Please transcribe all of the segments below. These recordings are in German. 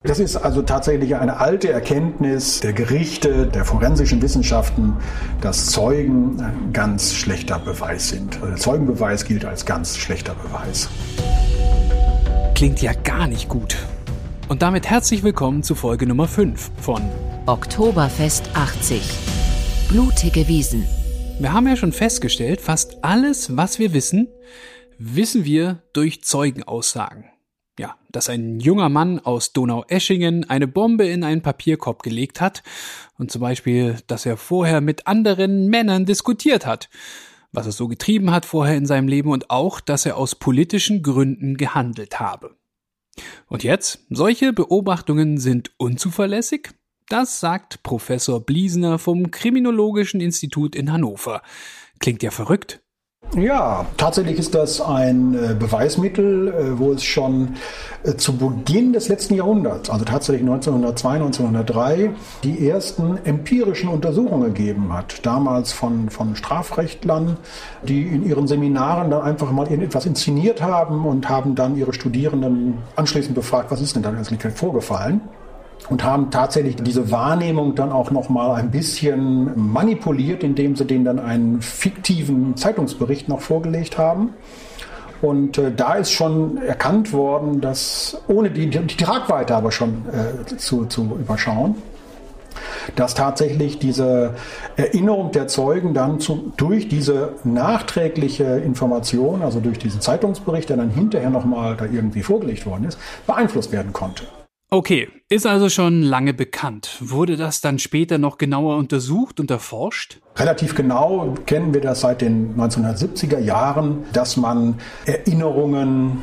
Das ist also tatsächlich eine alte Erkenntnis der Gerichte, der forensischen Wissenschaften, dass Zeugen ein ganz schlechter Beweis sind. Also der Zeugenbeweis gilt als ganz schlechter Beweis. Klingt ja gar nicht gut. Und damit herzlich willkommen zu Folge Nummer 5 von Oktoberfest 80. Blutige Wiesen. Wir haben ja schon festgestellt, fast alles, was wir wissen, wissen wir durch Zeugenaussagen. Ja, dass ein junger Mann aus Donaueschingen eine Bombe in einen Papierkorb gelegt hat und zum Beispiel, dass er vorher mit anderen Männern diskutiert hat, was er so getrieben hat vorher in seinem Leben und auch, dass er aus politischen Gründen gehandelt habe. Und jetzt, solche Beobachtungen sind unzuverlässig? Das sagt Professor Bliesner vom Kriminologischen Institut in Hannover. Klingt ja verrückt. Ja, tatsächlich ist das ein Beweismittel, wo es schon zu Beginn des letzten Jahrhunderts, also tatsächlich 1902, 1903, die ersten empirischen Untersuchungen gegeben hat. Damals von Strafrechtlern, die in ihren Seminaren dann einfach mal etwas inszeniert haben und haben dann ihre Studierenden anschließend befragt, was ist denn da eigentlich vorgefallen? Und haben tatsächlich diese Wahrnehmung dann auch noch mal ein bisschen manipuliert, indem sie denen dann einen fiktiven Zeitungsbericht noch vorgelegt haben. Und da ist schon erkannt worden, dass, ohne die Tragweite aber schon zu überschauen, dass tatsächlich diese Erinnerung der Zeugen dann durch diese nachträgliche Information, also durch diesen Zeitungsbericht, der dann hinterher nochmal da irgendwie vorgelegt worden ist, beeinflusst werden konnte. Okay, ist also schon lange bekannt. Wurde das dann später noch genauer untersucht und erforscht? Relativ genau kennen wir das seit den 1970er Jahren, dass man Erinnerungen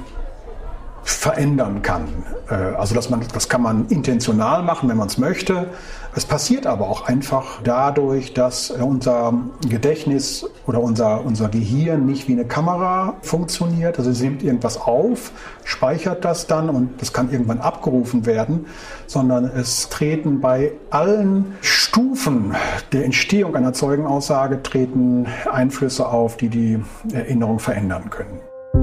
verändern kann. Also das kann man intentional machen, wenn man es möchte. Es passiert aber auch einfach dadurch, dass unser Gedächtnis oder unser Gehirn nicht wie eine Kamera funktioniert. Also es nimmt irgendwas auf, speichert das dann und das kann irgendwann abgerufen werden, sondern es treten bei allen Stufen der Entstehung einer Zeugenaussage treten Einflüsse auf, die die Erinnerung verändern können.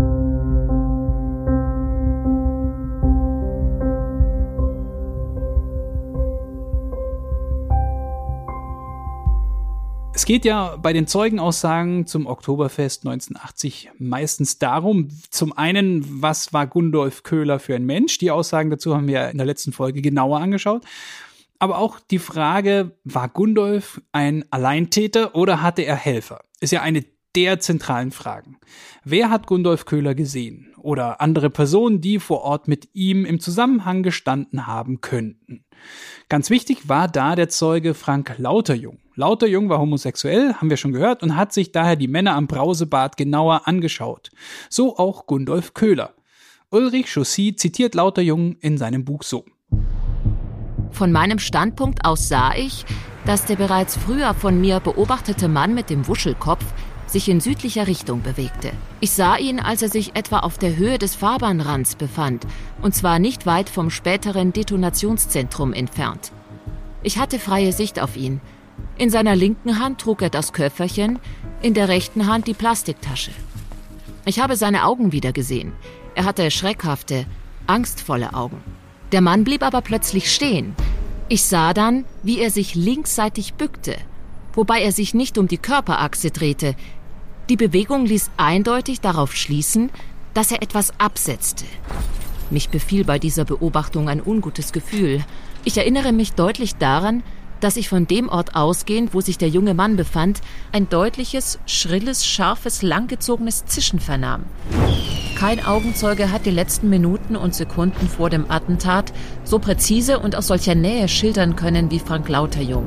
Es geht ja bei den Zeugenaussagen zum Oktoberfest 1980 meistens darum, zum einen, was war Gundolf Köhler für ein Mensch? Die Aussagen dazu haben wir in der letzten Folge genauer angeschaut. Aber auch die Frage, war Gundolf ein Alleintäter oder hatte er Helfer? Ist ja eine der zentralen Fragen. Wer hat Gundolf Köhler gesehen? Oder andere Personen, die vor Ort mit ihm im Zusammenhang gestanden haben könnten? Ganz wichtig war da der Zeuge Frank Lauterjung. Lauterjung war homosexuell, haben wir schon gehört, und hat sich daher die Männer am Brausebad genauer angeschaut. So auch Gundolf Köhler. Ulrich Chaussy zitiert Lauterjung in seinem Buch so. Von meinem Standpunkt aus sah ich, dass der bereits früher von mir beobachtete Mann mit dem Wuschelkopf sich in südlicher Richtung bewegte. Ich sah ihn, als er sich etwa auf der Höhe des Fahrbahnrands befand, und zwar nicht weit vom späteren Detonationszentrum entfernt. Ich hatte freie Sicht auf ihn. In seiner linken Hand trug er das Köfferchen, in der rechten Hand die Plastiktasche. Ich habe seine Augen wieder gesehen. Er hatte schreckhafte, angstvolle Augen. Der Mann blieb aber plötzlich stehen. Ich sah dann, wie er sich linksseitig bückte, wobei er sich nicht um die Körperachse drehte. Die Bewegung ließ eindeutig darauf schließen, dass er etwas absetzte. Mich befiel bei dieser Beobachtung ein ungutes Gefühl. Ich erinnere mich deutlich daran, dass ich von dem Ort ausgehend, wo sich der junge Mann befand, ein deutliches, schrilles, scharfes, langgezogenes Zischen vernahm. Kein Augenzeuge hat die letzten Minuten und Sekunden vor dem Attentat so präzise und aus solcher Nähe schildern können wie Frank Lauterjung.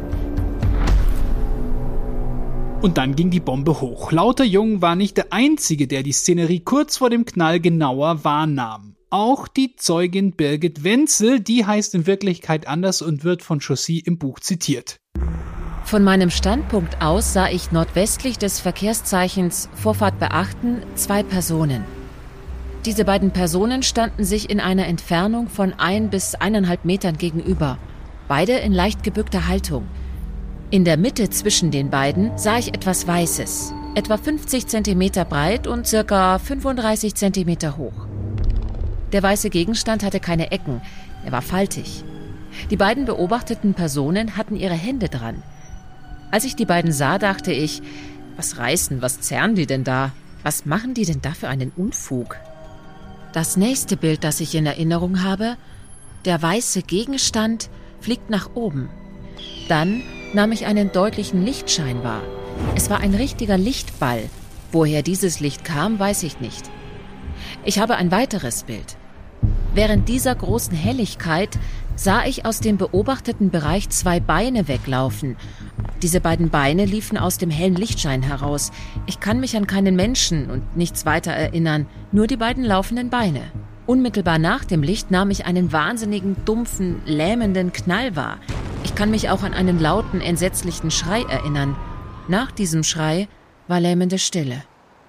Und dann ging die Bombe hoch. Lauterjung war nicht der Einzige, der die Szenerie kurz vor dem Knall genauer wahrnahm. Auch die Zeugin Birgit Wenzel, die heißt in Wirklichkeit anders und wird von Chaussy im Buch zitiert. Von meinem Standpunkt aus sah ich nordwestlich des Verkehrszeichens Vorfahrt beachten 2 Personen. Diese beiden Personen standen sich in einer Entfernung von 1 bis 1,5 Metern gegenüber, beide in leicht gebückter Haltung. In der Mitte zwischen den beiden sah ich etwas Weißes, etwa 50 Zentimeter breit und ca. 35 Zentimeter hoch. Der weiße Gegenstand hatte keine Ecken. Er war faltig. Die beiden beobachteten Personen hatten ihre Hände dran. Als ich die beiden sah, dachte ich, was reißen, was zerren die denn da? Was machen die denn da für einen Unfug? Das nächste Bild, das ich in Erinnerung habe, der weiße Gegenstand fliegt nach oben. Dann nahm ich einen deutlichen Lichtschein wahr. Es war ein richtiger Lichtball. Woher dieses Licht kam, weiß ich nicht. Ich habe ein weiteres Bild. Während dieser großen Helligkeit sah ich aus dem beobachteten Bereich 2 Beine weglaufen. Diese beiden Beine liefen aus dem hellen Lichtschein heraus. Ich kann mich an keinen Menschen und nichts weiter erinnern, nur die beiden laufenden Beine. Unmittelbar nach dem Licht nahm ich einen wahnsinnigen, dumpfen, lähmenden Knall wahr. Ich kann mich auch an einen lauten, entsetzlichen Schrei erinnern. Nach diesem Schrei war lähmende Stille.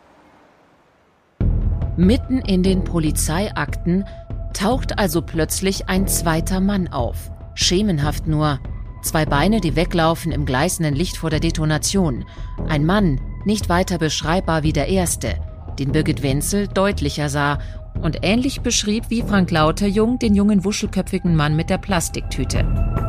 Mitten in den Polizeiakten taucht also plötzlich ein zweiter Mann auf. Schemenhaft nur. 2 Beine, die weglaufen im gleißenden Licht vor der Detonation. Ein Mann, nicht weiter beschreibbar wie der erste, den Birgit Wenzel deutlicher sah und ähnlich beschrieb wie Frank Lauterjung den jungen wuschelköpfigen Mann mit der Plastiktüte.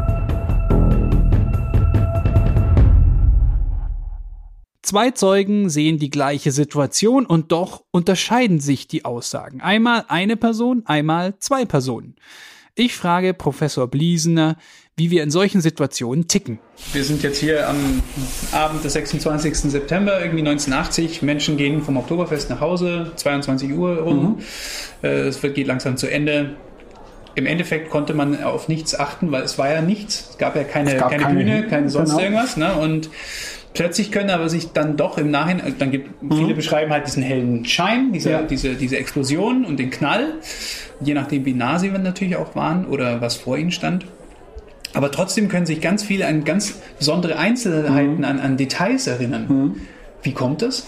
Zwei Zeugen sehen die gleiche Situation und doch unterscheiden sich die Aussagen. Einmal eine Person, einmal 2 Personen. Ich frage Professor Bliesener, wie wir in solchen Situationen ticken. Wir sind jetzt hier am Abend des 26. September, irgendwie 1980. Menschen gehen vom Oktoberfest nach Hause, 22 Uhr rum. Es geht langsam zu Ende. Im Endeffekt konnte man auf nichts achten, weil es war ja nichts. Es gab ja keine Bühne, keine sonst irgendwas. Ne? Und plötzlich können aber sich dann doch im Nachhinein, viele beschreiben halt diesen hellen Schein, diese Explosion und den Knall, je nachdem wie nah sie natürlich auch waren oder was vor ihnen stand. Aber trotzdem können sich ganz viele an ganz besondere Einzelheiten, an Details erinnern. Wie kommt das?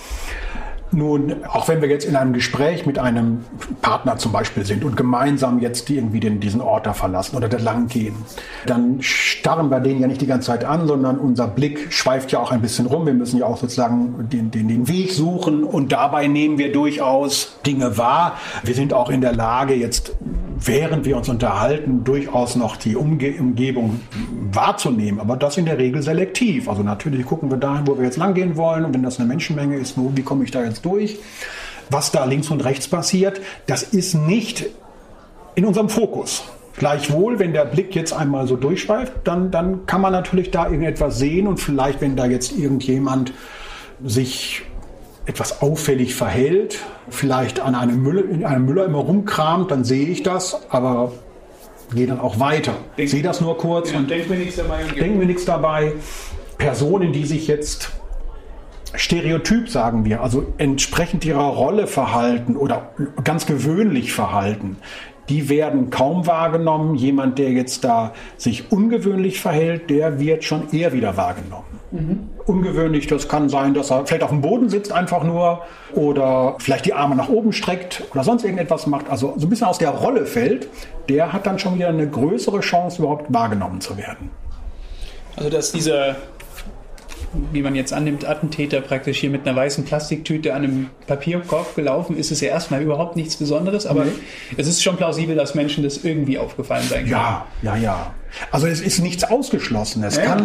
Nun, auch wenn wir jetzt in einem Gespräch mit einem Partner zum Beispiel sind und gemeinsam jetzt irgendwie diesen Ort da verlassen oder da lang gehen, dann starren wir den ja nicht die ganze Zeit an, sondern unser Blick schweift ja auch ein bisschen rum. Wir müssen ja auch sozusagen den Weg suchen und dabei nehmen wir durchaus Dinge wahr. Wir sind auch in der Lage, jetzt, während wir uns unterhalten, durchaus noch die Umgebung wahrzunehmen, aber das in der Regel selektiv. Also natürlich gucken wir dahin, wo wir jetzt lang gehen wollen und wenn das eine Menschenmenge ist, wie komme ich da jetzt durch? Was da links und rechts passiert, das ist nicht in unserem Fokus. Gleichwohl, wenn der Blick jetzt einmal so durchschweift, dann kann man natürlich da irgendetwas sehen und vielleicht, wenn da jetzt irgendjemand sich etwas auffällig verhält, vielleicht in einem Müller immer rumkramt, dann sehe ich das, aber gehe dann auch weiter. Ich sehe das nur kurz und denke mir nichts dabei. Personen, die sich jetzt stereotyp, sagen wir, also entsprechend ihrer Rolle verhalten oder ganz gewöhnlich verhalten, die werden kaum wahrgenommen. Jemand, der jetzt da sich ungewöhnlich verhält, der wird schon eher wieder wahrgenommen. Ungewöhnlich, das kann sein, dass er vielleicht auf dem Boden sitzt einfach nur oder vielleicht die Arme nach oben streckt oder sonst irgendetwas macht, also so ein bisschen aus der Rolle fällt, der hat dann schon wieder eine größere Chance, überhaupt wahrgenommen zu werden. Also dass dieser, wie man jetzt annimmt, Attentäter praktisch hier mit einer weißen Plastiktüte an einem Papierkorb gelaufen ist, es ja erstmal überhaupt nichts Besonderes, aber es ist schon plausibel, dass Menschen das irgendwie aufgefallen sein können. Ja. Also es ist nichts ausgeschlossen.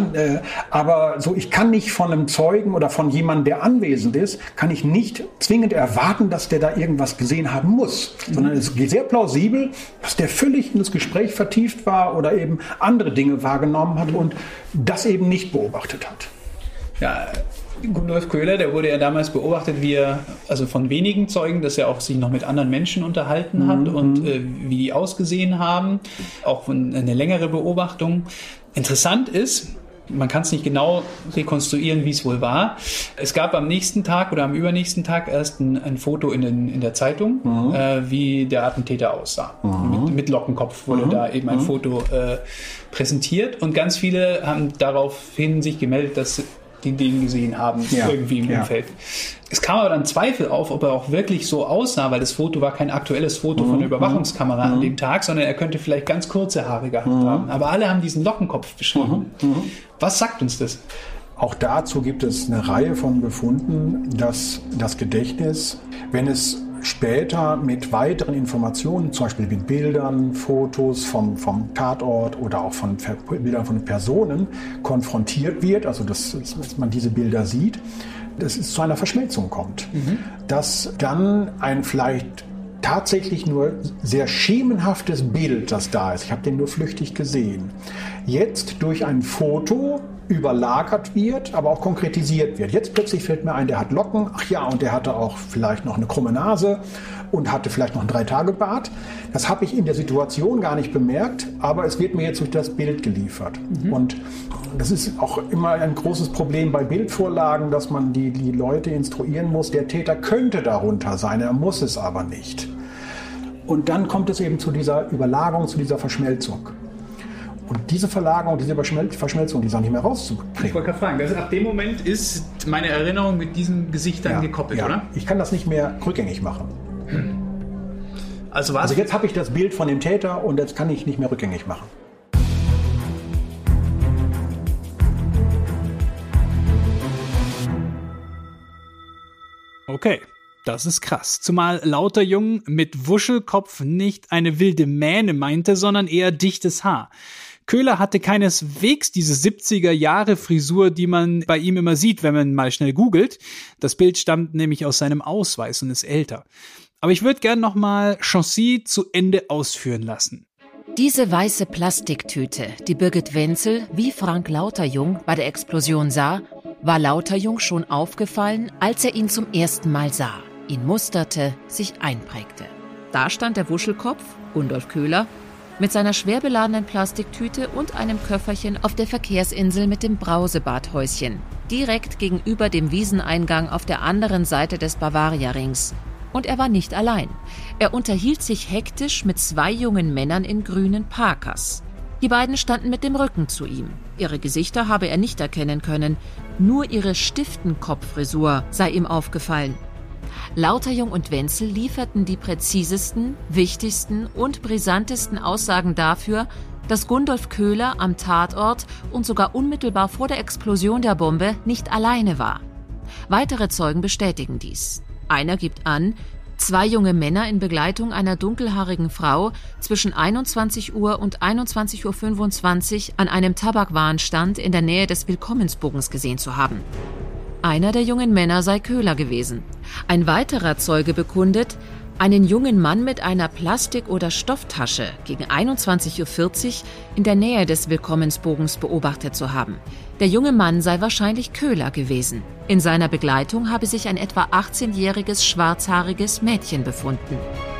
Aber so, ich kann nicht von einem Zeugen oder von jemandem, der anwesend ist, kann ich nicht zwingend erwarten, dass der da irgendwas gesehen haben muss. Sondern es ist sehr plausibel, dass der völlig in das Gespräch vertieft war oder eben andere Dinge wahrgenommen hat und das eben nicht beobachtet hat. Ja, Gundolf Köhler, der wurde ja damals beobachtet, wie er, also von wenigen Zeugen, dass er auch sich noch mit anderen Menschen unterhalten hat und wie die ausgesehen haben, auch eine längere Beobachtung. Interessant ist, man kann es nicht genau rekonstruieren, wie es wohl war. Es gab am nächsten Tag oder am übernächsten Tag erst ein Foto in der Zeitung, wie der Attentäter aussah. Mit Lockenkopf wurde da eben ein Foto präsentiert und ganz viele haben daraufhin sich gemeldet, dass die den gesehen haben, irgendwie im Umfeld. Es kam aber dann Zweifel auf, ob er auch wirklich so aussah, weil das Foto war kein aktuelles Foto von der Überwachungskamera an dem Tag, sondern er könnte vielleicht ganz kurze Haare gehabt haben. Aber alle haben diesen Lockenkopf beschrieben. Was sagt uns das? Auch dazu gibt es eine Reihe von Befunden, dass das Gedächtnis, wenn es später mit weiteren Informationen, zum Beispiel mit Bildern, Fotos vom Tatort oder auch von Bildern von Personen konfrontiert wird, also dass man diese Bilder sieht, dass es zu einer Verschmelzung kommt. Dass dann ein vielleicht tatsächlich nur sehr schemenhaftes Bild, das da ist, ich habe den nur flüchtig gesehen, jetzt durch ein Foto überlagert wird, aber auch konkretisiert wird. Jetzt plötzlich fällt mir ein, der hat Locken, ach ja, und der hatte auch vielleicht noch eine krumme Nase und hatte vielleicht noch einen 3-Tage-Bart. Das habe ich in der Situation gar nicht bemerkt, aber es wird mir jetzt durch das Bild geliefert. Und das ist auch immer ein großes Problem bei Bildvorlagen, dass man die Leute instruieren muss, der Täter könnte darunter sein, er muss es aber nicht. Und dann kommt es eben zu dieser Überlagerung, zu dieser Verschmelzung. Und diese Verlagerung, diese Verschmelzung, die ist auch nicht mehr rauszukriegen. Ich wollte gerade fragen, also ab dem Moment ist meine Erinnerung mit diesem Gesicht dann gekoppelt, oder? Ich kann das nicht mehr rückgängig machen. Also jetzt habe ich das Bild von dem Täter und jetzt kann ich nicht mehr rückgängig machen. Okay, das ist krass. Zumal Lauterjung mit Wuschelkopf nicht eine wilde Mähne meinte, sondern eher dichtes Haar. Köhler hatte keineswegs diese 70er-Jahre-Frisur, die man bei ihm immer sieht, wenn man mal schnell googelt. Das Bild stammt nämlich aus seinem Ausweis und ist älter. Aber ich würde gern nochmal Chancy zu Ende ausführen lassen. Diese weiße Plastiktüte, die Birgit Wenzel wie Frank Lauterjung bei der Explosion sah, war Lauterjung schon aufgefallen, als er ihn zum ersten Mal sah, ihn musterte, sich einprägte. Da stand der Wuschelkopf, Gundolf Köhler, mit seiner schwer beladenen Plastiktüte und einem Köfferchen auf der Verkehrsinsel mit dem Brausebadhäuschen, direkt gegenüber dem Wieseneingang auf der anderen Seite des Bavaria-Rings. Und er war nicht allein. Er unterhielt sich hektisch mit 2 jungen Männern in grünen Parkas. Die beiden standen mit dem Rücken zu ihm. Ihre Gesichter habe er nicht erkennen können. Nur ihre Stiftenkopffrisur sei ihm aufgefallen. Lauterjung und Wenzel lieferten die präzisesten, wichtigsten und brisantesten Aussagen dafür, dass Gundolf Köhler am Tatort und sogar unmittelbar vor der Explosion der Bombe nicht alleine war. Weitere Zeugen bestätigen dies. Einer gibt an, 2 junge Männer in Begleitung einer dunkelhaarigen Frau zwischen 21 Uhr und 21.25 Uhr an einem Tabakwarenstand in der Nähe des Willkommensbogens gesehen zu haben. Einer der jungen Männer sei Köhler gewesen. Ein weiterer Zeuge bekundet, einen jungen Mann mit einer Plastik- oder Stofftasche gegen 21.40 Uhr in der Nähe des Willkommensbogens beobachtet zu haben. Der junge Mann sei wahrscheinlich Köhler gewesen. In seiner Begleitung habe sich ein etwa 18-jähriges schwarzhaariges Mädchen befunden.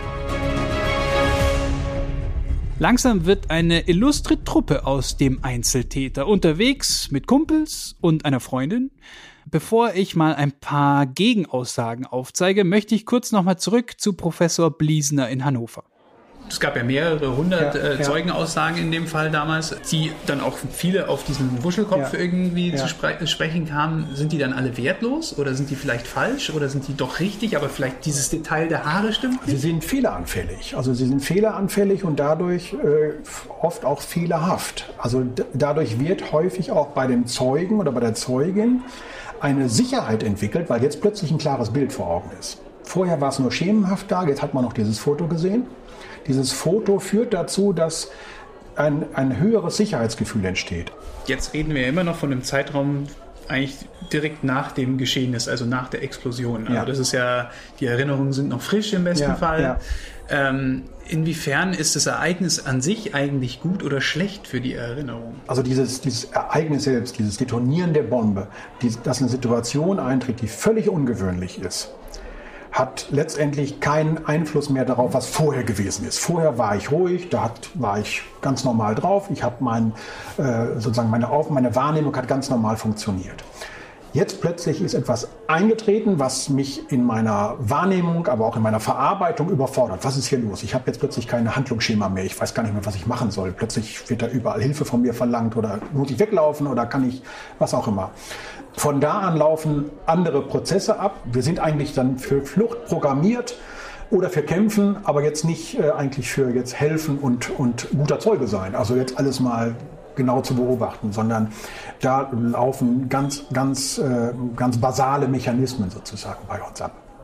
Langsam wird eine illustre Truppe aus dem Einzeltäter unterwegs mit Kumpels und einer Freundin. Bevor ich mal ein paar Gegenaussagen aufzeige, möchte ich kurz nochmal zurück zu Professor Bliesner in Hannover. Es gab ja mehrere hundert Zeugenaussagen in dem Fall damals, die dann auch viele auf diesen Wuschelkopf irgendwie zu sprechen kamen. Sind die dann alle wertlos oder sind die vielleicht falsch oder sind die doch richtig, aber vielleicht dieses Detail der Haare stimmt nicht? Sie sind fehleranfällig. Also sie sind fehleranfällig und dadurch oft auch fehlerhaft. Also dadurch wird häufig auch bei dem Zeugen oder bei der Zeugin eine Sicherheit entwickelt, weil jetzt plötzlich ein klares Bild vor Augen ist. Vorher war es nur schemenhaft da, jetzt hat man noch dieses Foto gesehen. Dieses Foto führt dazu, dass ein höheres Sicherheitsgefühl entsteht. Jetzt reden wir ja immer noch von einem Zeitraum eigentlich direkt nach dem Geschehnis, also nach der Explosion. Also das ist ja, die Erinnerungen sind noch frisch im besten Fall. Ja. Inwiefern ist das Ereignis an sich eigentlich gut oder schlecht für die Erinnerung? Also dieses Ereignis selbst, dieses Detonieren der Bombe, dass eine Situation eintritt, die völlig ungewöhnlich ist, hat letztendlich keinen Einfluss mehr darauf, was vorher gewesen ist. Vorher war ich ruhig, war ich ganz normal drauf. Ich habe meine Wahrnehmung hat ganz normal funktioniert. Jetzt plötzlich ist etwas eingetreten, was mich in meiner Wahrnehmung, aber auch in meiner Verarbeitung überfordert. Was ist hier los? Ich habe jetzt plötzlich kein Handlungsschema mehr. Ich weiß gar nicht mehr, was ich machen soll. Plötzlich wird da überall Hilfe von mir verlangt oder muss ich weglaufen oder kann ich, was auch immer. Von da an laufen andere Prozesse ab. Wir sind eigentlich dann für Flucht programmiert oder für Kämpfen, aber jetzt nicht eigentlich für jetzt helfen und guter Zeuge sein. Also jetzt alles mal genau zu beobachten, sondern da laufen ganz basale Mechanismen sozusagen bei uns ab.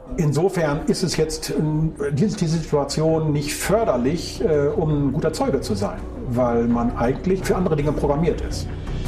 Insofern ist es jetzt diese Situation nicht förderlich, um ein guter Zeuge zu sein, weil man eigentlich für andere Dinge programmiert ist.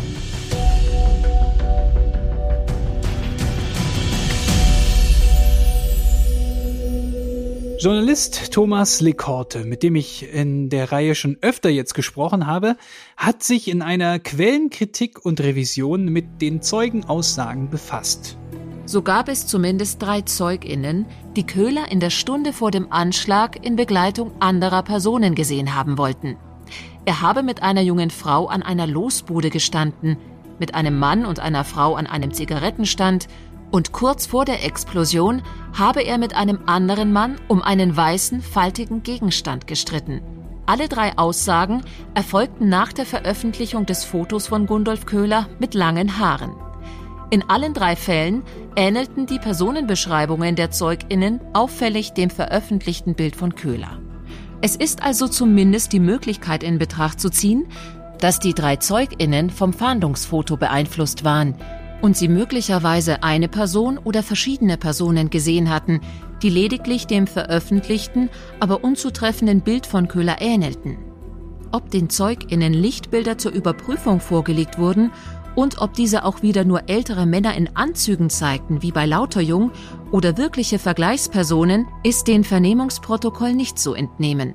Journalist Thomas Lecorte, mit dem ich in der Reihe schon öfter jetzt gesprochen habe, hat sich in einer Quellenkritik und Revision mit den Zeugenaussagen befasst. So gab es zumindest 3 ZeugInnen, die Köhler in der Stunde vor dem Anschlag in Begleitung anderer Personen gesehen haben wollten. Er habe mit einer jungen Frau an einer Losbude gestanden, mit einem Mann und einer Frau an einem Zigarettenstand und kurz vor der Explosion habe er mit einem anderen Mann um einen weißen, faltigen Gegenstand gestritten. Alle 3 Aussagen erfolgten nach der Veröffentlichung des Fotos von Gundolf Köhler mit langen Haaren. In allen 3 Fällen ähnelten die Personenbeschreibungen der ZeugInnen auffällig dem veröffentlichten Bild von Köhler. Es ist also zumindest die Möglichkeit in Betracht zu ziehen, dass die 3 ZeugInnen vom Fahndungsfoto beeinflusst waren und sie möglicherweise eine Person oder verschiedene Personen gesehen hatten, die lediglich dem veröffentlichten, aber unzutreffenden Bild von Köhler ähnelten. Ob den ZeugInnen Lichtbilder zur Überprüfung vorgelegt wurden und ob diese auch wieder nur ältere Männer in Anzügen zeigten, wie bei Lauterjung, oder wirkliche Vergleichspersonen, ist den Vernehmungsprotokoll nicht zu entnehmen.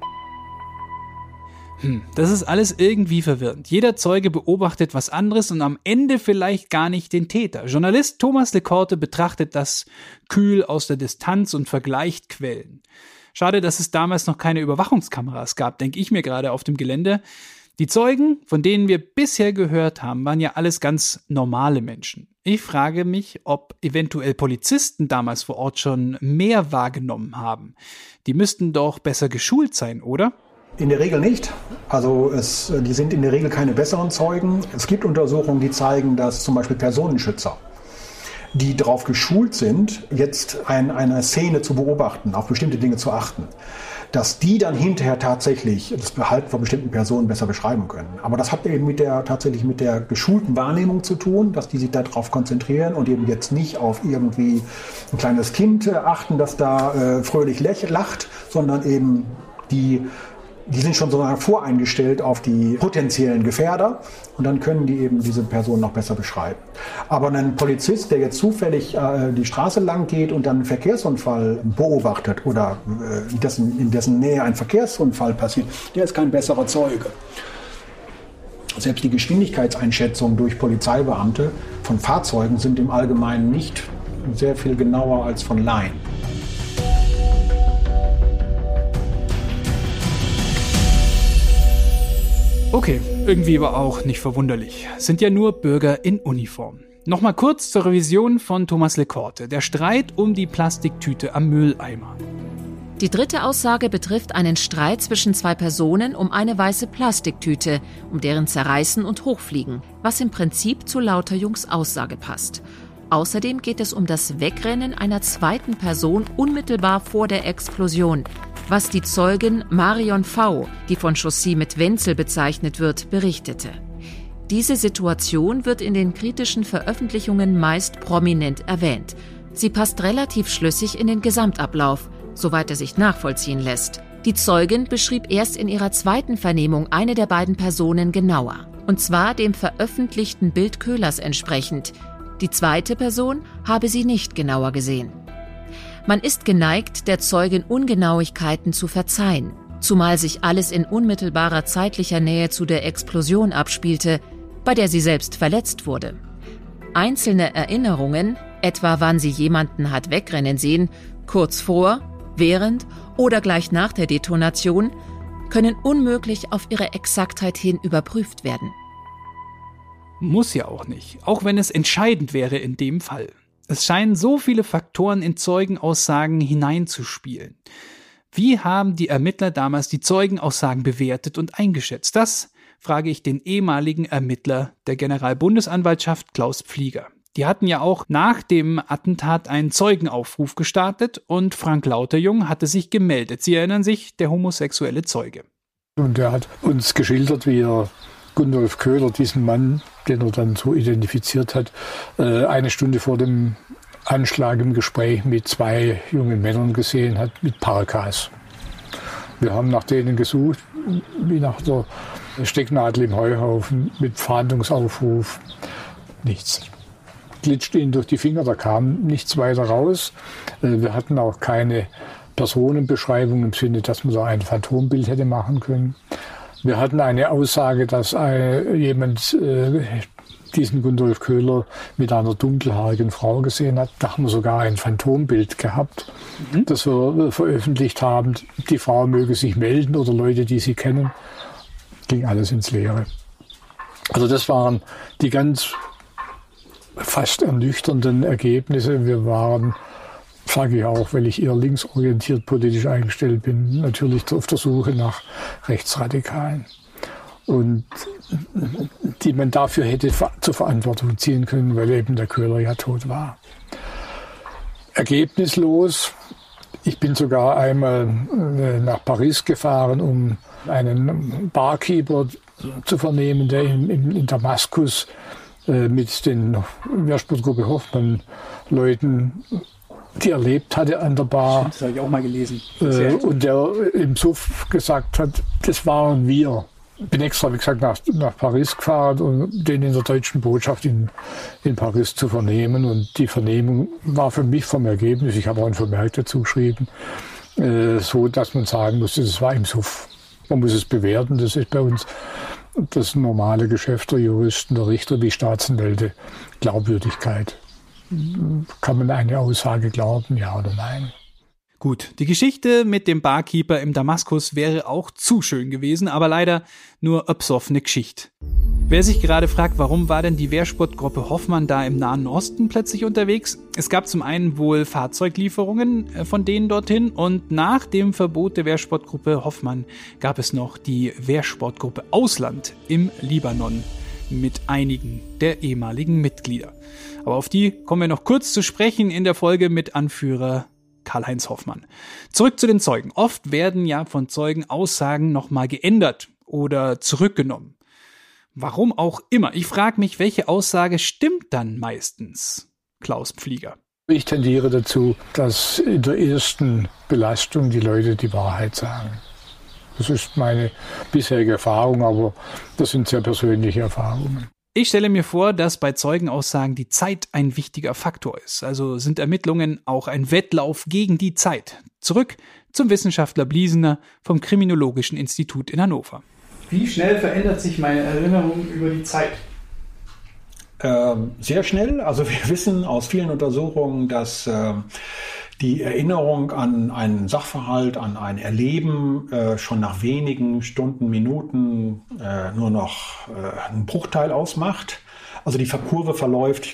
Das ist alles irgendwie verwirrend. Jeder Zeuge beobachtet was anderes und am Ende vielleicht gar nicht den Täter. Journalist Thomas Lecorte betrachtet das kühl aus der Distanz und vergleicht Quellen. Schade, dass es damals noch keine Überwachungskameras gab, denke ich mir gerade auf dem Gelände. Die Zeugen, von denen wir bisher gehört haben, waren ja alles ganz normale Menschen. Ich frage mich, ob eventuell Polizisten damals vor Ort schon mehr wahrgenommen haben. Die müssten doch besser geschult sein, oder? In der Regel nicht. Also die sind in der Regel keine besseren Zeugen. Es gibt Untersuchungen, die zeigen, dass zum Beispiel Personenschützer, die darauf geschult sind, jetzt eine Szene zu beobachten, auf bestimmte Dinge zu achten, dass die dann hinterher tatsächlich das Verhalten von bestimmten Personen besser beschreiben können. Aber das hat eben tatsächlich mit der geschulten Wahrnehmung zu tun, dass die sich darauf konzentrieren und eben jetzt nicht auf irgendwie ein kleines Kind achten, das da fröhlich lacht, sondern eben die sind schon sozusagen voreingestellt auf die potenziellen Gefährder und dann können die eben diese Person noch besser beschreiben. Aber ein Polizist, der jetzt zufällig die Straße lang geht und dann einen Verkehrsunfall beobachtet oder in dessen Nähe ein Verkehrsunfall passiert, der ist kein besserer Zeuge. Selbst die Geschwindigkeitseinschätzung durch Polizeibeamte von Fahrzeugen sind im Allgemeinen nicht sehr viel genauer als von Laien. Okay, irgendwie aber auch nicht verwunderlich. Sind ja nur Bürger in Uniform. Nochmal kurz zur Revision von Thomas Lecorte. Der Streit um die Plastiktüte am Mülleimer. Die 3. Aussage betrifft einen Streit zwischen 2 Personen um eine weiße Plastiktüte, um deren Zerreißen und Hochfliegen, was im Prinzip zu Lauterjungs Aussage passt. Außerdem geht es um das Wegrennen einer 2. Person unmittelbar vor der Explosion, was die Zeugin Marion V., die von Chaussy mit Wenzel bezeichnet wird, berichtete. Diese Situation wird in den kritischen Veröffentlichungen meist prominent erwähnt. Sie passt relativ schlüssig in den Gesamtablauf, soweit er sich nachvollziehen lässt. Die Zeugin beschrieb erst in ihrer 2. Vernehmung eine der beiden Personen genauer, und zwar dem veröffentlichten Bild Köhlers entsprechend. Die 2. Person habe sie nicht genauer gesehen. Man ist geneigt, der Zeugin Ungenauigkeiten zu verzeihen, zumal sich alles in unmittelbarer zeitlicher Nähe zu der Explosion abspielte, bei der sie selbst verletzt wurde. Einzelne Erinnerungen, etwa wann sie jemanden hat wegrennen sehen, kurz vor, während oder gleich nach der Detonation, können unmöglich auf ihre Exaktheit hin überprüft werden. Muss ja auch nicht, auch wenn es entscheidend wäre in dem Fall. Es scheinen so viele Faktoren in Zeugenaussagen hineinzuspielen. Wie haben die Ermittler damals die Zeugenaussagen bewertet und eingeschätzt? Das frage ich den ehemaligen Ermittler der Generalbundesanwaltschaft Klaus Pflieger. Die hatten ja auch nach dem Attentat einen Zeugenaufruf gestartet und Frank Lauterjung hatte sich gemeldet. Sie erinnern sich, der homosexuelle Zeuge. Und er hat uns geschildert, wie er Gundolf Köhler, diesen Mann, den er dann so identifiziert hat, eine Stunde vor dem Anschlag im Gespräch mit 2 jungen Männern gesehen hat, mit Parkas. Wir haben nach denen gesucht, wie nach der Stecknadel im Heuhaufen, mit Fahndungsaufruf. Nichts. Glitschte ihnen durch die Finger, da kam nichts weiter raus. Wir hatten auch keine Personenbeschreibung im Sinne, dass man da ein Phantombild hätte machen können. Wir hatten eine Aussage, dass jemand diesen Gundolf Köhler mit einer dunkelhaarigen Frau gesehen hat. Da haben wir sogar ein Phantombild gehabt, das wir veröffentlicht haben. Die Frau möge sich melden oder Leute, die sie kennen. Ging alles ins Leere. Also das waren die ganz fast ernüchternden Ergebnisse. Wir waren, sage ich auch, weil ich eher linksorientiert politisch eingestellt bin, natürlich auf der Suche nach Rechtsradikalen. Und die man dafür hätte zur Verantwortung ziehen können, weil eben der Köhler ja tot war. Ergebnislos. Ich bin sogar einmal nach Paris gefahren, um einen Barkeeper zu vernehmen, der in Damaskus mit den Wehrsportgruppe Hoffmann-Leuten, die erlebt hatte an der Bar. Das habe ich auch mal gelesen. Und der im Suff gesagt hat, das waren wir. Bin extra, wie gesagt, nach Paris gefahren, um den in der deutschen Botschaft in Paris zu vernehmen. Und die Vernehmung war für mich vom Ergebnis, ich habe auch ein Vermerk dazu geschrieben, so, dass man sagen musste, das war im Suff. Man muss es bewerten, das ist bei uns das normale Geschäft der Juristen, der Richter wie Staatsanwälte, Glaubwürdigkeit. Kann man eine Aussage glauben, ja oder nein? Gut, die Geschichte mit dem Barkeeper im Damaskus wäre auch zu schön gewesen, aber leider nur eine psoffene Geschichte. Wer sich gerade fragt, warum war denn die Wehrsportgruppe Hoffmann da im Nahen Osten plötzlich unterwegs? Es gab zum einen wohl Fahrzeuglieferungen von denen dorthin und nach dem Verbot der Wehrsportgruppe Hoffmann gab es noch die Wehrsportgruppe Ausland im Libanon mit einigen der ehemaligen Mitglieder. Aber auf die kommen wir noch kurz zu sprechen in der Folge mit Anführer Karl-Heinz Hoffmann. Zurück zu den Zeugen. Oft werden ja von Zeugen Aussagen nochmal geändert oder zurückgenommen. Warum auch immer. Ich frage mich, welche Aussage stimmt dann meistens? Klaus Pflieger. Ich tendiere dazu, dass in der ersten Belastung die Leute die Wahrheit sagen. Das ist meine bisherige Erfahrung, aber das sind sehr persönliche Erfahrungen. Ich stelle mir vor, dass bei Zeugenaussagen die Zeit ein wichtiger Faktor ist. Also sind Ermittlungen auch ein Wettlauf gegen die Zeit. Zurück zum Wissenschaftler Bliesener vom Kriminologischen Institut in Hannover. Wie schnell verändert sich meine Erinnerung über die Zeit? Sehr schnell. Also wir wissen aus vielen Untersuchungen, dass die Erinnerung an einen Sachverhalt, an ein Erleben schon nach wenigen Stunden, Minuten nur noch einen Bruchteil ausmacht. Also die Kurve verläuft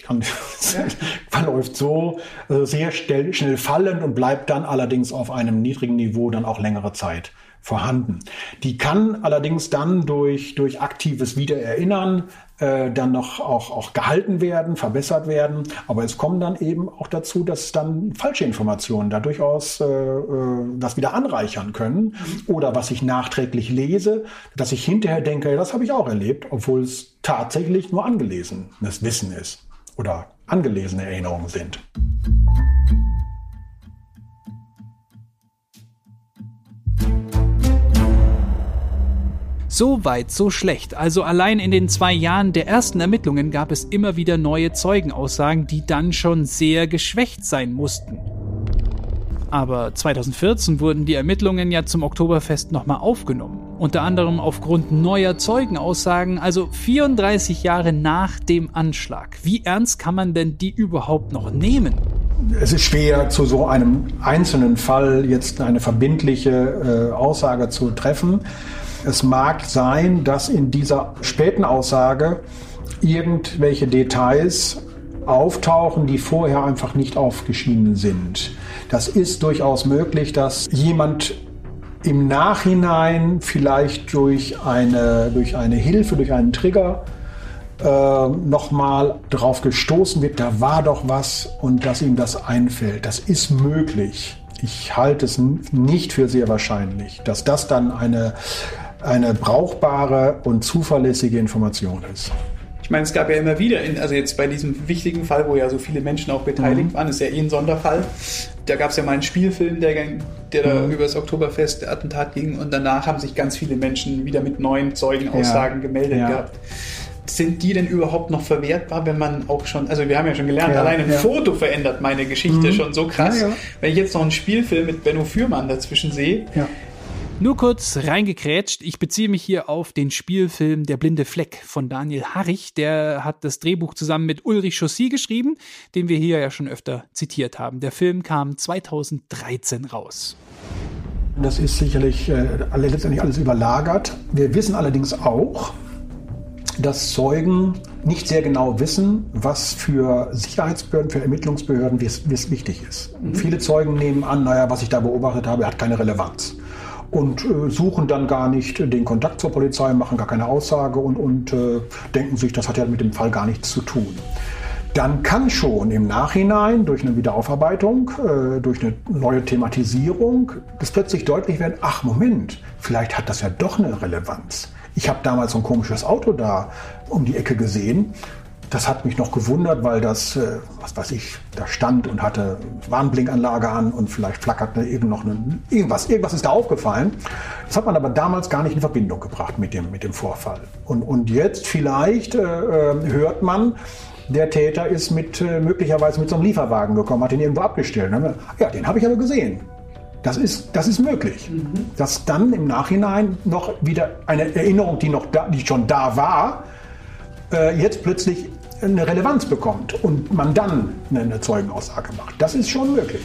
so sehr schnell fallend und bleibt dann allerdings auf einem niedrigen Niveau dann auch längere Zeit vorhanden. Die kann allerdings dann durch aktives Wiedererinnern dann noch auch gehalten werden, verbessert werden. Aber es kommen dann eben auch dazu, dass dann falsche Informationen da durchaus das wieder anreichern können. Oder was ich nachträglich lese, dass ich hinterher denke, ja, das habe ich auch erlebt, obwohl es tatsächlich nur angelesenes Wissen ist oder angelesene Erinnerungen sind. So weit, so schlecht. Also allein in den 2 Jahren der ersten Ermittlungen gab es immer wieder neue Zeugenaussagen, die dann schon sehr geschwächt sein mussten. Aber 2014 wurden die Ermittlungen ja zum Oktoberfest nochmal aufgenommen. Unter anderem aufgrund neuer Zeugenaussagen, also 34 Jahre nach dem Anschlag. Wie ernst kann man denn die überhaupt noch nehmen? Es ist schwer, zu so einem einzelnen Fall jetzt eine verbindliche Aussage zu treffen. Es mag sein, dass in dieser späten Aussage irgendwelche Details auftauchen, die vorher einfach nicht aufgeschieden sind. Das ist durchaus möglich, dass jemand im Nachhinein vielleicht durch eine Hilfe, durch einen Trigger nochmal drauf gestoßen wird, da war doch was und dass ihm das einfällt. Das ist möglich. Ich halte es nicht für sehr wahrscheinlich, dass das dann eine brauchbare und zuverlässige Information ist. Ich meine, es gab ja immer wieder, also jetzt bei diesem wichtigen Fall, wo ja so viele Menschen auch beteiligt waren, ist ja ein Sonderfall. Da gab es ja mal einen Spielfilm, der da über das Oktoberfest Attentat ging und danach haben sich ganz viele Menschen wieder mit neuen Zeugenaussagen gemeldet gehabt. Sind die denn überhaupt noch verwertbar, wenn man auch schon, also wir haben ja schon gelernt, allein ein Foto verändert meine Geschichte schon so krass. Ja, ja. Wenn ich jetzt noch einen Spielfilm mit Benno Fürmann dazwischen sehe. Ja. Nur kurz reingekrätscht, ich beziehe mich hier auf den Spielfilm Der blinde Fleck von Daniel Harrich. Der hat das Drehbuch zusammen mit Ulrich Chaussy geschrieben, den wir hier ja schon öfter zitiert haben. Der Film kam 2013 raus. Das ist sicherlich letztendlich alles überlagert. Wir wissen allerdings auch, dass Zeugen nicht sehr genau wissen, was für Sicherheitsbehörden, für Ermittlungsbehörden wie es wichtig ist. Viele Zeugen nehmen an, was ich da beobachtet habe, hat keine Relevanz. Und suchen dann gar nicht den Kontakt zur Polizei, machen gar keine Aussage und denken sich, das hat ja mit dem Fall gar nichts zu tun. Dann kann schon im Nachhinein durch eine Wiederaufarbeitung, durch eine neue Thematisierung, das plötzlich deutlich werden, ach Moment, vielleicht hat das ja doch eine Relevanz. Ich habe damals so ein komisches Auto da um die Ecke gesehen. Das hat mich noch gewundert, weil das, da stand und hatte Warnblinkanlage an und vielleicht flackerte irgendwas ist da aufgefallen. Das hat man aber damals gar nicht in Verbindung gebracht mit dem Vorfall. Und jetzt vielleicht hört man, der Täter ist möglicherweise mit so einem Lieferwagen gekommen, hat ihn irgendwo abgestellt. Ja, den habe ich aber gesehen. Das ist möglich. Dass dann im Nachhinein noch wieder eine Erinnerung, die schon da war, jetzt plötzlich eine Relevanz bekommt und man dann eine Zeugenaussage macht. Das ist schon möglich.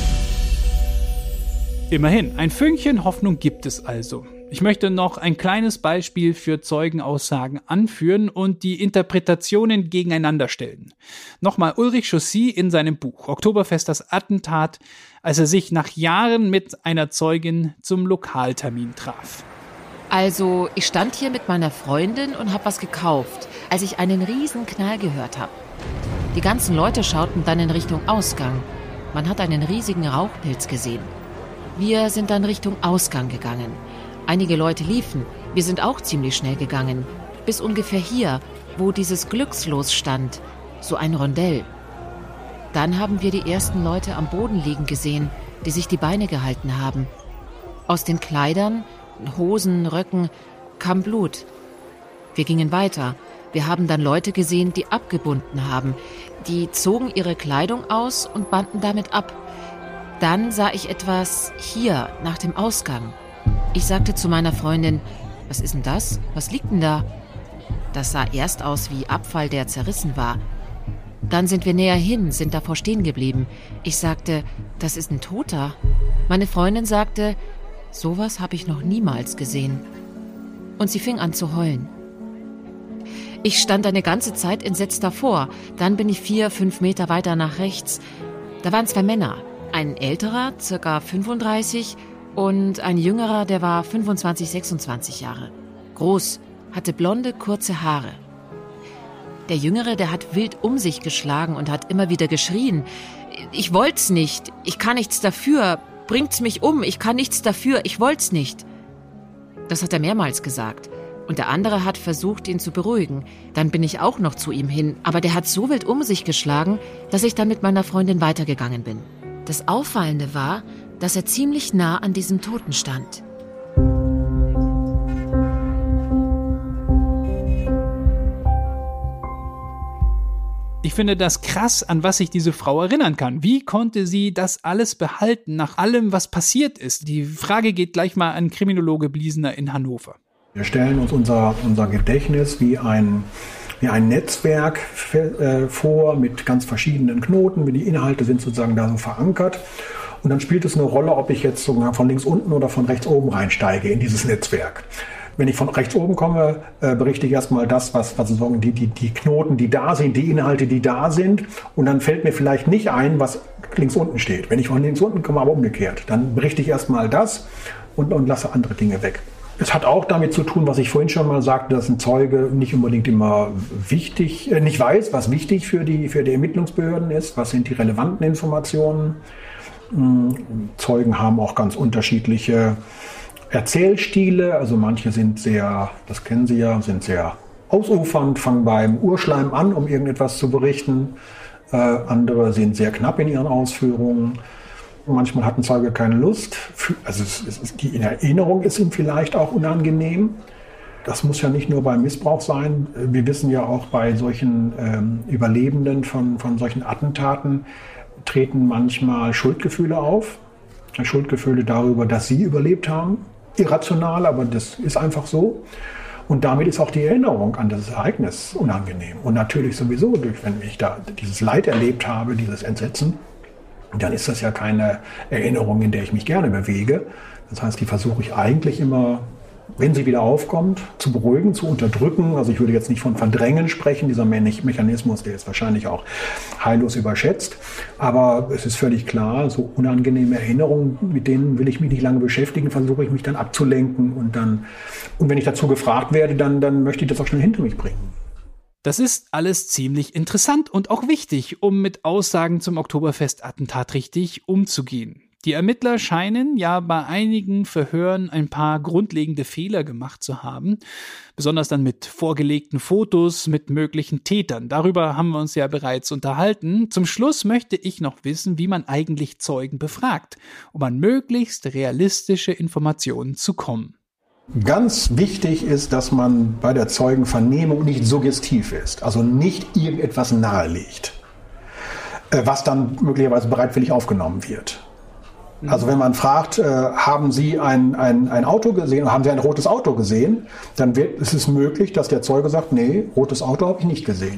Immerhin, ein Fünkchen Hoffnung gibt es also. Ich möchte noch ein kleines Beispiel für Zeugenaussagen anführen und die Interpretationen gegeneinander stellen. Nochmal Ulrich Chaussy in seinem Buch Oktoberfest das Attentat, als er sich nach Jahren mit einer Zeugin zum Lokaltermin traf. Also, ich stand hier mit meiner Freundin und habe was gekauft, als ich einen riesen Knall gehört habe. Die ganzen Leute schauten dann in Richtung Ausgang. Man hat einen riesigen Rauchpilz gesehen. Wir sind dann Richtung Ausgang gegangen. Einige Leute liefen. Wir sind auch ziemlich schnell gegangen. Bis ungefähr hier, wo dieses Glückslos stand. So ein Rondell. Dann haben wir die ersten Leute am Boden liegen gesehen, die sich die Beine gehalten haben. Aus den Kleidern, Hosen, Röcken kam Blut. Wir gingen weiter. Wir haben dann Leute gesehen, die abgebunden haben. Die zogen ihre Kleidung aus und banden damit ab. Dann sah ich etwas hier, nach dem Ausgang. Ich sagte zu meiner Freundin, was ist denn das? Was liegt denn da? Das sah erst aus wie Abfall, der zerrissen war. Dann sind wir näher hin, sind davor stehen geblieben. Ich sagte, das ist ein Toter. Meine Freundin sagte, sowas habe ich noch niemals gesehen. Und sie fing an zu heulen. Ich stand eine ganze Zeit entsetzt davor. Dann bin ich 4-5 Meter weiter nach rechts. Da waren 2 Männer. Ein älterer, ca. 35, und ein jüngerer, der war 25, 26 Jahre. Groß, hatte blonde, kurze Haare. Der Jüngere, der hat wild um sich geschlagen und hat immer wieder geschrien. Ich wollt's nicht, ich kann nichts dafür, bringt's mich um, ich kann nichts dafür, ich wollt's nicht. Das hat er mehrmals gesagt. Und der andere hat versucht, ihn zu beruhigen. Dann bin ich auch noch zu ihm hin, aber der hat so wild um sich geschlagen, dass ich dann mit meiner Freundin weitergegangen bin. Das Auffallende war, dass er ziemlich nah an diesem Toten stand. Ich finde das krass, an was sich diese Frau erinnern kann. Wie konnte sie das alles behalten, nach allem, was passiert ist? Die Frage geht gleich mal an Kriminologe Bliesener in Hannover. Wir stellen uns unser Gedächtnis wie ein Netzwerk vor mit ganz verschiedenen Knoten. Die Inhalte sind sozusagen da so verankert. Und dann spielt es eine Rolle, ob ich jetzt sogar von links unten oder von rechts oben reinsteige in dieses Netzwerk. Wenn ich von rechts oben komme, berichte ich erstmal das, was sozusagen die Knoten, die da sind, die Inhalte, die da sind. Und dann fällt mir vielleicht nicht ein, was links unten steht. Wenn ich von links unten komme, aber umgekehrt, dann berichte ich erstmal das und lasse andere Dinge weg. Es hat auch damit zu tun, was ich vorhin schon mal sagte, dass ein Zeuge nicht unbedingt immer nicht weiß, was wichtig für die Ermittlungsbehörden ist, was sind die relevanten Informationen. Zeugen haben auch ganz unterschiedliche Erzählstile, also manche sind sehr, das kennen Sie ja, sind sehr ausufernd, fangen beim Urschleim an, um irgendetwas zu berichten. Andere sind sehr knapp in ihren Ausführungen. Manchmal hat ein Zeuge keine Lust. Also die Erinnerung ist ihm vielleicht auch unangenehm. Das muss ja nicht nur beim Missbrauch sein. Wir wissen ja auch, bei solchen Überlebenden von solchen Attentaten treten manchmal Schuldgefühle auf. Schuldgefühle darüber, dass sie überlebt haben. Irrational, aber das ist einfach so. Und damit ist auch die Erinnerung an das Ereignis unangenehm. Und natürlich sowieso, wenn ich da dieses Leid erlebt habe, dieses Entsetzen, dann ist das ja keine Erinnerung, in der ich mich gerne bewege. Das heißt, die versuche ich eigentlich immer, wenn sie wieder aufkommt, zu beruhigen, zu unterdrücken. Also ich würde jetzt nicht von Verdrängen sprechen, dieser Mechanismus, der ist wahrscheinlich auch heillos überschätzt. Aber es ist völlig klar, so unangenehme Erinnerungen, mit denen will ich mich nicht lange beschäftigen, versuche ich mich dann abzulenken. Und wenn ich dazu gefragt werde, dann möchte ich das auch schnell hinter mich bringen. Das ist alles ziemlich interessant und auch wichtig, um mit Aussagen zum Oktoberfest-Attentat richtig umzugehen. Die Ermittler scheinen ja bei einigen Verhören ein paar grundlegende Fehler gemacht zu haben. Besonders dann mit vorgelegten Fotos mit möglichen Tätern. Darüber haben wir uns ja bereits unterhalten. Zum Schluss möchte ich noch wissen, wie man eigentlich Zeugen befragt, um an möglichst realistische Informationen zu kommen. Ganz wichtig ist, dass man bei der Zeugenvernehmung nicht suggestiv ist, also nicht irgendetwas nahelegt, was dann möglicherweise bereitwillig aufgenommen wird. Also wenn man fragt, haben Sie ein Auto gesehen, haben Sie ein rotes Auto gesehen, dann ist es möglich, dass der Zeuge sagt, nee, rotes Auto habe ich nicht gesehen.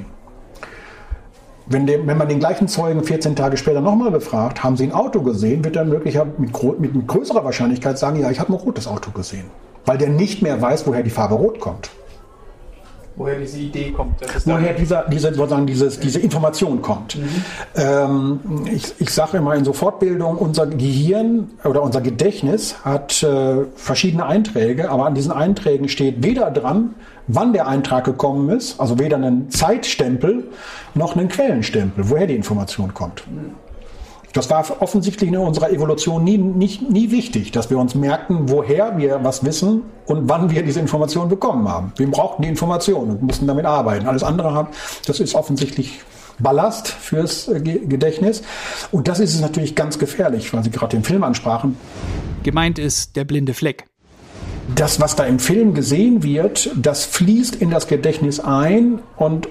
Wenn man den gleichen Zeugen 14 Tage später nochmal befragt, haben Sie ein Auto gesehen, wird er möglicherweise mit größerer Wahrscheinlichkeit sagen, ja, ich habe ein rotes Auto gesehen. Weil der nicht mehr weiß, woher die Farbe rot kommt. Woher diese Idee kommt. Woher diese Information kommt. Ich sage immer in so Fortbildung, unser Gehirn oder unser Gedächtnis hat verschiedene Einträge, aber an diesen Einträgen steht weder dran, wann der Eintrag gekommen ist, also weder einen Zeitstempel noch einen Quellenstempel, woher die Information kommt. Das war offensichtlich in unserer Evolution nie wichtig, dass wir uns merkten, woher wir was wissen und wann wir diese Information bekommen haben. Wir brauchten die Information und mussten damit arbeiten. Alles andere das ist offensichtlich Ballast fürs Gedächtnis. Und das ist es natürlich ganz gefährlich, weil Sie gerade den Film ansprachen. Gemeint ist der blinde Fleck. Das, was da im Film gesehen wird, das fließt in das Gedächtnis ein und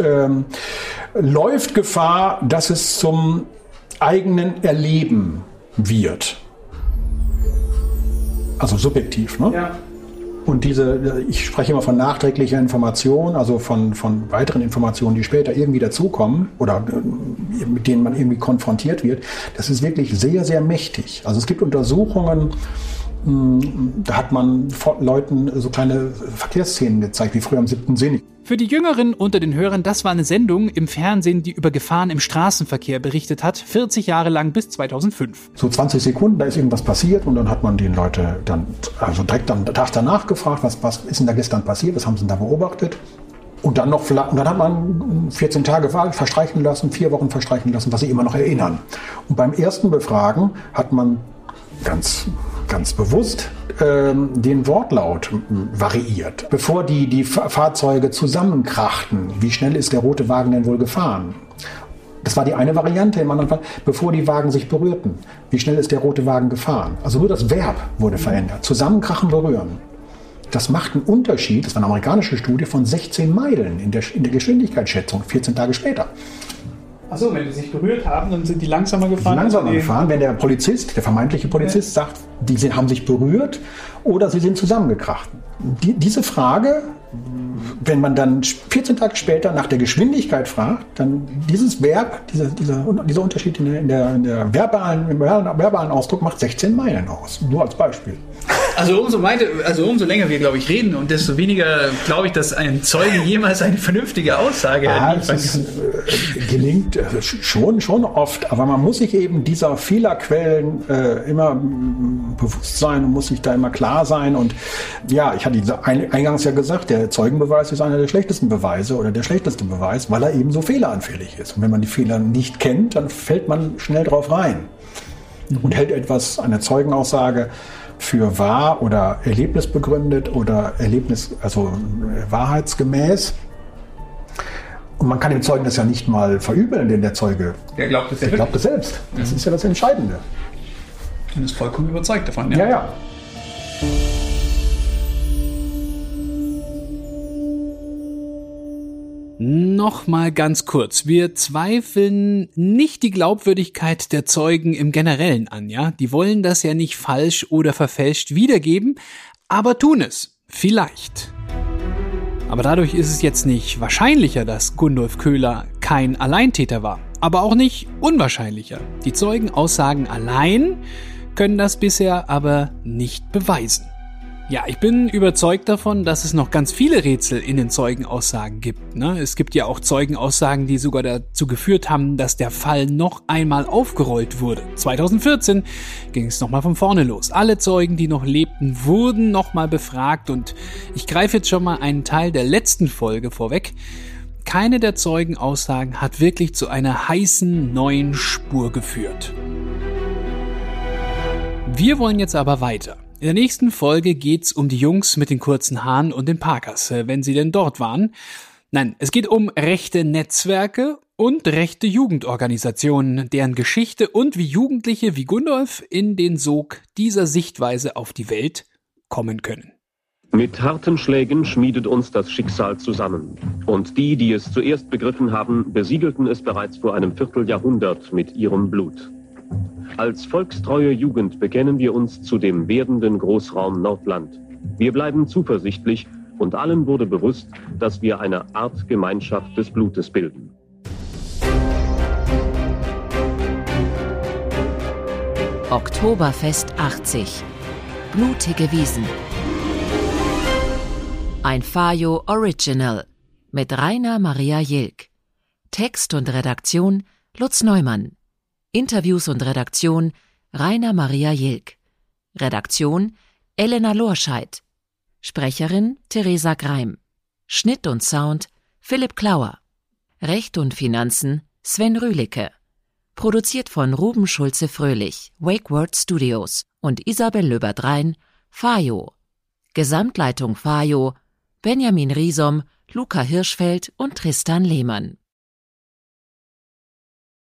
läuft Gefahr, dass es zum eigenen Erleben wird. Also subjektiv, ne? Ja. Und ich spreche immer von nachträglicher Information, also von weiteren Informationen, die später irgendwie dazukommen oder mit denen man irgendwie konfrontiert wird. Das ist wirklich sehr, sehr mächtig. Also es gibt Untersuchungen, da hat man Leuten so kleine Verkehrsszenen gezeigt, wie früher am 7. Sinn. Für die Jüngeren unter den Hörern, das war eine Sendung im Fernsehen, die über Gefahren im Straßenverkehr berichtet hat, 40 Jahre lang bis 2005. So 20 Sekunden, da ist irgendwas passiert und dann hat man den Leute direkt am Tag danach gefragt, was ist denn da gestern passiert, was haben sie denn da beobachtet? Und dann hat man 14 Tage verstreichen lassen, 4 Wochen verstreichen lassen, was sie immer noch erinnern. Und beim ersten Befragen hat man ganz bewusst den Wortlaut variiert. Bevor die Fahrzeuge zusammenkrachten, wie schnell ist der rote Wagen denn wohl gefahren? Das war die eine Variante. Im anderen Fall, bevor die Wagen sich berührten, wie schnell ist der rote Wagen gefahren? Also nur das Verb wurde verändert. Zusammenkrachen, berühren. Das macht einen Unterschied, das war eine amerikanische Studie, von 16 Meilen in der Geschwindigkeitsschätzung, 14 Tage später. Achso, wenn die sich berührt haben, dann sind die langsamer gefahren? Langsamer gefahren, wenn der vermeintliche Polizist sagt, die haben sich berührt oder sie sind zusammengekracht. Diese Frage, wenn man dann 14 Tage später nach der Geschwindigkeit fragt, dann dieses Verb, dieser Unterschied im verbalen Ausdruck macht 16 Meilen aus. Nur als Beispiel. Also umso länger wir, glaube ich, reden und desto weniger glaube ich, dass ein Zeuge jemals eine vernünftige Aussage liefern kann. Gelingt schon oft, aber man muss sich eben dieser Fehlerquellen immer bewusst sein und muss sich da immer klar sein. Und ja, ich hatte eingangs ja gesagt, der Zeugenbeweis ist einer der schlechtesten Beweise oder der schlechteste Beweis, weil er eben so fehleranfällig ist. Und wenn man die Fehler nicht kennt, dann fällt man schnell drauf rein und hält eine Zeugenaussage für wahr oder erlebnisbegründet oder wahrheitsgemäß. Und man kann dem Zeugen das ja nicht mal verübeln, denn der Zeuge, der glaubt es selbst. Das ist ja das Entscheidende. Und ist vollkommen überzeugt davon. Ja. Nochmal ganz kurz. Wir zweifeln nicht die Glaubwürdigkeit der Zeugen im Generellen an, ja? Die wollen das ja nicht falsch oder verfälscht wiedergeben, aber tun es. Vielleicht. Aber dadurch ist es jetzt nicht wahrscheinlicher, dass Gundolf Köhler kein Alleintäter war. Aber auch nicht unwahrscheinlicher. Die Zeugenaussagen allein können das bisher aber nicht beweisen. Ja, ich bin überzeugt davon, dass es noch ganz viele Rätsel in den Zeugenaussagen gibt. Es gibt ja auch Zeugenaussagen, die sogar dazu geführt haben, dass der Fall noch einmal aufgerollt wurde. 2014 ging es nochmal von vorne los. Alle Zeugen, die noch lebten, wurden nochmal befragt und ich greife jetzt schon mal einen Teil der letzten Folge vorweg. Keine der Zeugenaussagen hat wirklich zu einer heißen neuen Spur geführt. Wir wollen jetzt aber weiter. In der nächsten Folge geht's um die Jungs mit den kurzen Haaren und den Parkers, wenn sie denn dort waren. Nein, es geht um rechte Netzwerke und rechte Jugendorganisationen, deren Geschichte und wie Jugendliche wie Gundolf in den Sog dieser Sichtweise auf die Welt kommen können. Mit harten Schlägen schmiedet uns das Schicksal zusammen. Und die es zuerst begriffen haben, besiegelten es bereits vor einem Vierteljahrhundert mit ihrem Blut. Als volkstreue Jugend bekennen wir uns zu dem werdenden Großraum Nordland. Wir bleiben zuversichtlich und allen wurde bewusst, dass wir eine Art Gemeinschaft des Blutes bilden. Oktoberfest 80. Blutige Wiesen. Ein Fajo Original mit Rainer Maria Jilk. Text und Redaktion Lutz Neumann. Interviews und Redaktion Rainer Maria Jilk. Redaktion Elena Lorscheid. Sprecherin Theresa Greim. Schnitt und Sound Philipp Klauer. Recht und Finanzen Sven Rühlicke. Produziert von Ruben Schulze-Fröhlich, Wakeword Studios und Isabel Löbert-Rhein, Fajo. Gesamtleitung Fajo, Benjamin Riesom, Luca Hirschfeld und Tristan Lehmann.